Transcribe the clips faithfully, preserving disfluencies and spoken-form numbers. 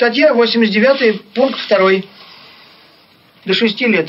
Статья восемьдесят девять, пункт два. До шести лет.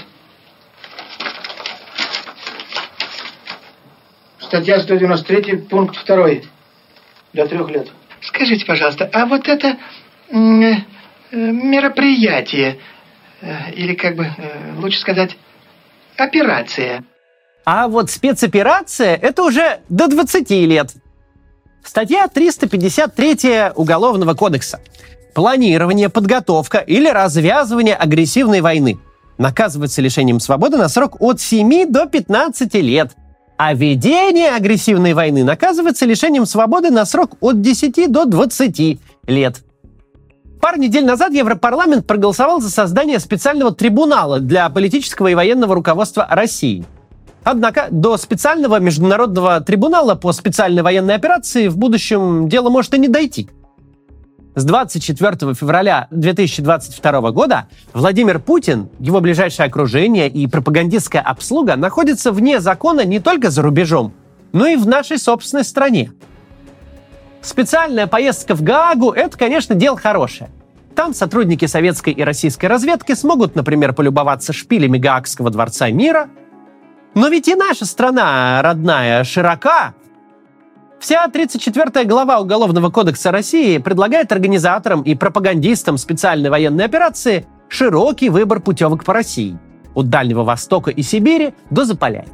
Статья сто девяносто три, пункт два. До трех лет. Скажите, пожалуйста, а вот это э, мероприятие, э, или как бы э, лучше сказать, операция. А вот спецоперация – это уже до двадцати лет. Статья триста пятьдесят три Уголовного кодекса. Планирование, подготовка или развязывание агрессивной войны. Наказывается лишением свободы на срок от семи до пятнадцати лет. А ведение агрессивной войны наказывается лишением свободы на срок от десяти до двадцати лет. Пару недель назад Европарламент проголосовал за создание специального трибунала для политического и военного руководства России. Однако до специального международного трибунала по специальной военной операции в будущем дело может и не дойти. С двадцать четвёртого февраля две тысячи двадцать второго года Владимир Путин, его ближайшее окружение и пропагандистская обслуга находятся вне закона не только за рубежом, но и в нашей собственной стране. Специальная поездка в Гаагу – это, конечно, дело хорошее. Там сотрудники советской и российской разведки смогут, например, полюбоваться шпилями Гаагского дворца мира. Но ведь и наша страна родная широка. Вся тридцать четвёртая глава Уголовного кодекса России предлагает организаторам и пропагандистам специальной военной операции широкий выбор путевок по России. От Дальнего Востока и Сибири до Заполярья.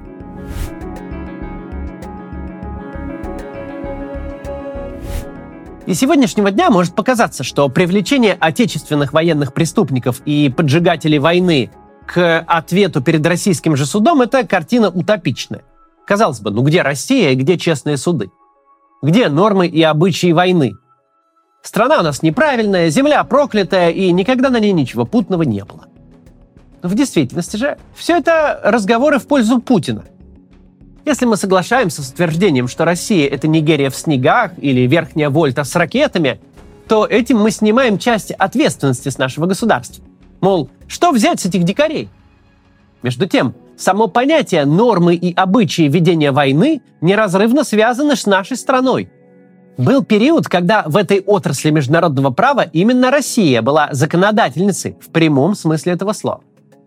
И с сегодняшнего дня может показаться, что привлечение отечественных военных преступников и поджигателей войны к ответу перед российским же судом – это картина утопичная. Казалось бы, ну где Россия и где честные суды? Где нормы и обычаи войны? Страна у нас неправильная, земля проклятая, и никогда на ней ничего путного не было. Но в действительности же все это разговоры в пользу Путина. Если мы соглашаемся с утверждением, что Россия – это Нигерия в снегах или Верхняя Вольта с ракетами, то этим мы снимаем часть ответственности с нашего государства. Мол, что взять с этих дикарей? Между тем, само понятие нормы и обычаи ведения войны неразрывно связаны с нашей страной. Был период, когда в этой отрасли международного права именно Россия была законодательницей в прямом смысле этого слова.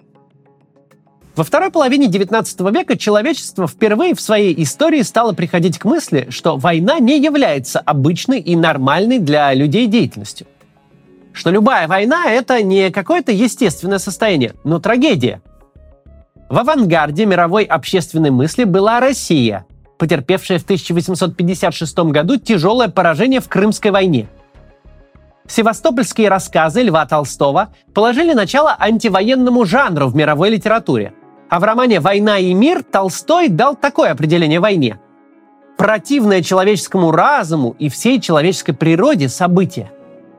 Во второй половине девятнадцатого века человечество впервые в своей истории стало приходить к мысли, что война не является обычной и нормальной для людей деятельностью. Что любая война – это не какое-то естественное состояние, но трагедия. В авангарде мировой общественной мысли была Россия, потерпевшая в тысяча восемьсот пятьдесят шестом году тяжелое поражение в Крымской войне. Севастопольские рассказы Льва Толстого положили начало антивоенному жанру в мировой литературе. А в романе «Война и мир» Толстой дал такое определение войне: противное человеческому разуму и всей человеческой природе событие.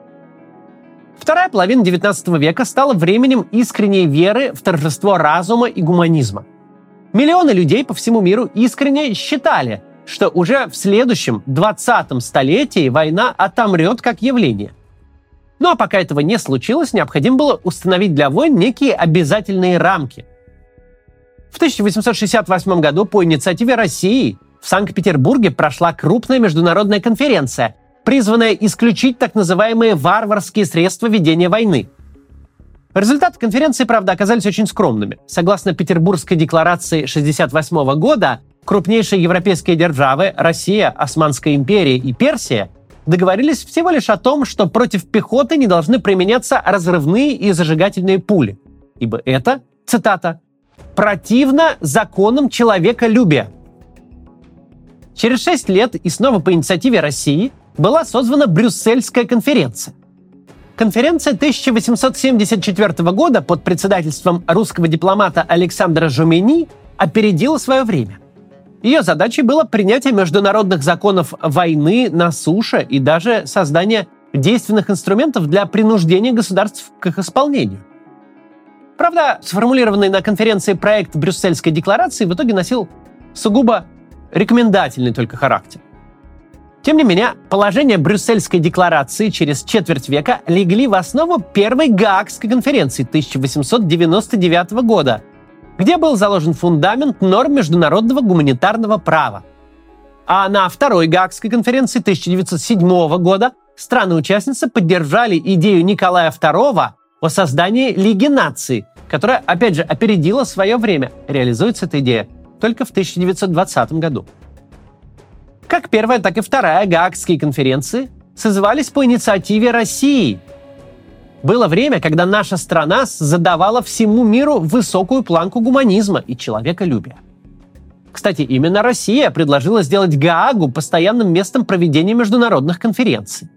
Вторая половина девятнадцатого века стала временем искренней веры в торжество разума и гуманизма. Миллионы людей по всему миру искренне считали, что уже в следующем двадцатом столетии война отомрет как явление. Ну а пока этого не случилось, необходимо было установить для войн некие обязательные рамки. В тысяча восемьсот шестьдесят восьмом году по инициативе России в Санкт-Петербурге прошла крупная международная конференция, призванная исключить так называемые варварские средства ведения войны. Результаты конференции, правда, оказались очень скромными. Согласно Петербургской декларации шестьдесят восьмого года, крупнейшие европейские державы – Россия, Османская империя и Персия – договорились всего лишь о том, что против пехоты не должны применяться разрывные и зажигательные пули, ибо это, цитата, «противно законам человеколюбия». Через шесть лет и снова по инициативе России была созвана Брюссельская конференция. Конференция тысяча восемьсот семьдесят четвёртого года под председательством русского дипломата Александра Жумени опередила свое время. Ее задачей было принятие международных законов войны на суше и даже создание действенных инструментов для принуждения государств к их исполнению. Правда, сформулированный на конференции проект Брюссельской декларации в итоге носил сугубо рекомендательный только характер. Тем не менее, положения Брюссельской декларации через четверть века легли в основу первой Гаагской конференции тысяча восемьсот девяносто девятого года, где был заложен фундамент норм международного гуманитарного права. А на второй Гаагской конференции тысяча девятьсот седьмого года страны-участницы поддержали идею Николая второго о создании Лиги наций, которая, опять же, опередила свое время. Реализуется эта идея только в тысяча девятьсот двадцатом году. Как первая, так и вторая Гаагские конференции созывались по инициативе России. Было время, когда наша страна задавала всему миру высокую планку гуманизма и человеколюбия. Кстати, именно Россия предложила сделать Гаагу постоянным местом проведения международных конференций.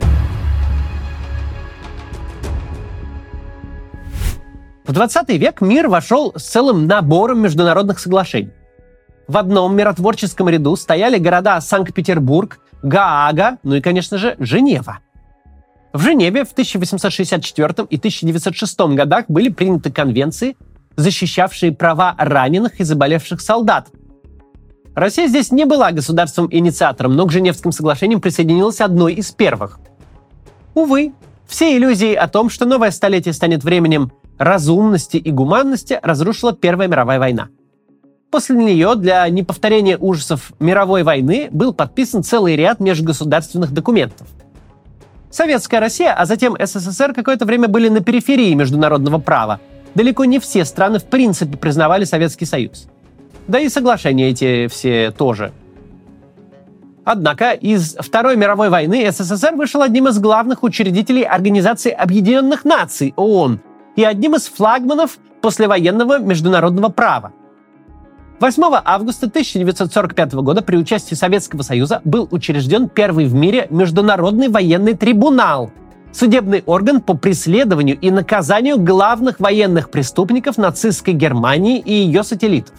В двадцатый век мир вошел с целым набором международных соглашений. В одном миротворческом ряду стояли города Санкт-Петербург, Гаага, ну и, конечно же, Женева. В Женеве в тысяча восемьсот шестьдесят четвёртом и тысяча девятьсот шестом годах были приняты конвенции, защищавшие права раненых и заболевших солдат. Россия здесь не была государством-инициатором, но к Женевским соглашениям присоединилась одной из первых. Увы, все иллюзии о том, что новое столетие станет временем разумности и гуманности, разрушила Первая мировая война. После нее для неповторения ужасов мировой войны был подписан целый ряд межгосударственных документов. Советская Россия, а затем СССР какое-то время были на периферии международного права. Далеко не все страны в принципе признавали Советский Союз. Да и соглашения эти все тоже. Однако из Второй мировой войны СССР вышел одним из главных учредителей Организации Объединенных Наций ООН и одним из флагманов послевоенного международного права. восьмого августа тысяча девятьсот сорок пятого года при участии Советского Союза был учрежден первый в мире Международный военный трибунал, судебный орган по преследованию и наказанию главных военных преступников нацистской Германии и ее сателлитов.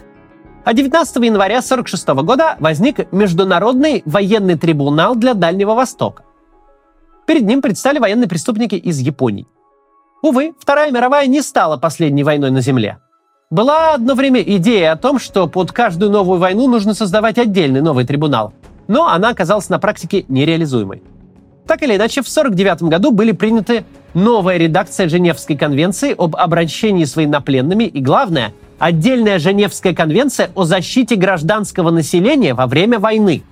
А девятнадцатого января тысяча девятьсот сорок шестого года возник Международный военный трибунал для Дальнего Востока. Перед ним предстали военные преступники из Японии. Увы, Вторая мировая не стала последней войной на Земле. Была одно время идея о том, что под каждую новую войну нужно создавать отдельный новый трибунал, но она оказалась на практике нереализуемой. Так или иначе, в тысяча девятьсот сорок девятом году были приняты новая редакция Женевской конвенции об обращении с военнопленными и, главное, отдельная Женевская конвенция о защите гражданского населения во время войны.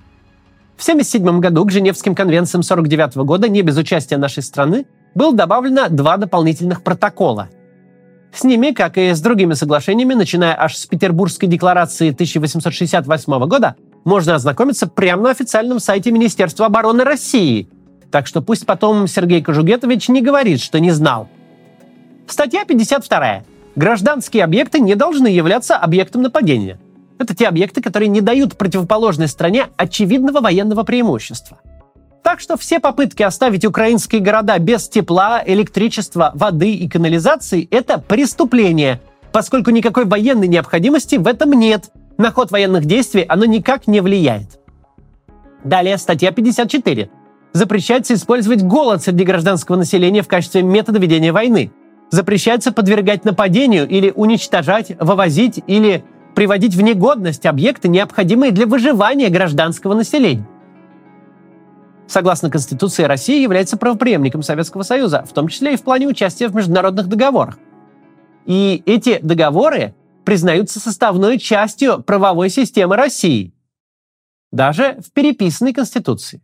В тысяча девятьсот семьдесят седьмом году к Женевским конвенциям тысяча девятьсот сорок девятого года не без участия нашей страны было добавлено два дополнительных протокола. С ними, как и с другими соглашениями, начиная аж с Петербургской декларации тысяча восемьсот шестьдесят восьмого года, можно ознакомиться прямо на официальном сайте Министерства обороны России. Так что пусть потом Сергей Кожугетович не говорит, что не знал. Статья пятьдесят вторая. Гражданские объекты не должны являться объектом нападения. Это те объекты, которые не дают противоположной стране очевидного военного преимущества. Так что все попытки оставить украинские города без тепла, электричества, воды и канализации – это преступление, поскольку никакой военной необходимости в этом нет. На ход военных действий оно никак не влияет. Далее статья пятьдесят четыре. Запрещается использовать голод среди гражданского населения в качестве метода ведения войны. Запрещается подвергать нападению или уничтожать, вывозить или приводить в негодность объекты, необходимые для выживания гражданского населения. Согласно Конституции, Россия является правопреемником Советского Союза, в том числе и в плане участия в международных договорах. И эти договоры признаются составной частью правовой системы России, даже в переписанной Конституции.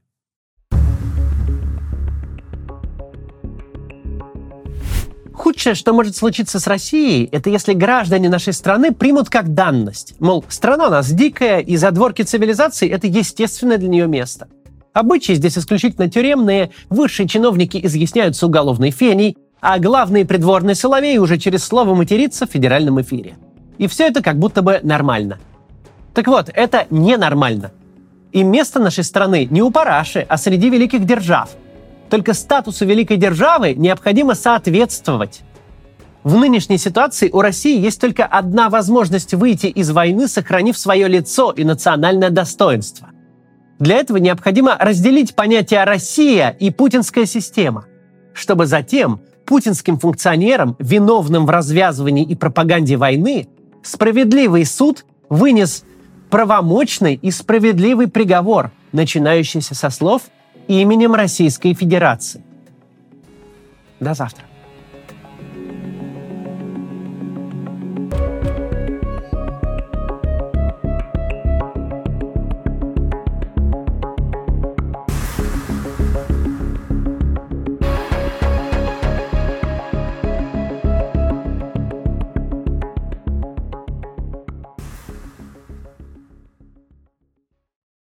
Худшее, что может случиться с Россией, это если граждане нашей страны примут как данность. Мол, страна у нас дикая, и задворки цивилизации – это естественное для нее место. Обычаи здесь исключительно тюремные, высшие чиновники изъясняются уголовной феней, а главные придворные соловеи уже через слово матерятся в федеральном эфире. И все это как будто бы нормально. Так вот, это ненормально. И место нашей страны не у параши, а среди великих держав. Только статусу великой державы необходимо соответствовать. В нынешней ситуации у России есть только одна возможность выйти из войны, сохранив свое лицо и национальное достоинство. Для этого необходимо разделить понятия «Россия» и «путинская система», чтобы затем путинским функционерам, виновным в развязывании и пропаганде войны, справедливый суд вынес правомочный и справедливый приговор, начинающийся со слов «именем Российской Федерации». До завтра.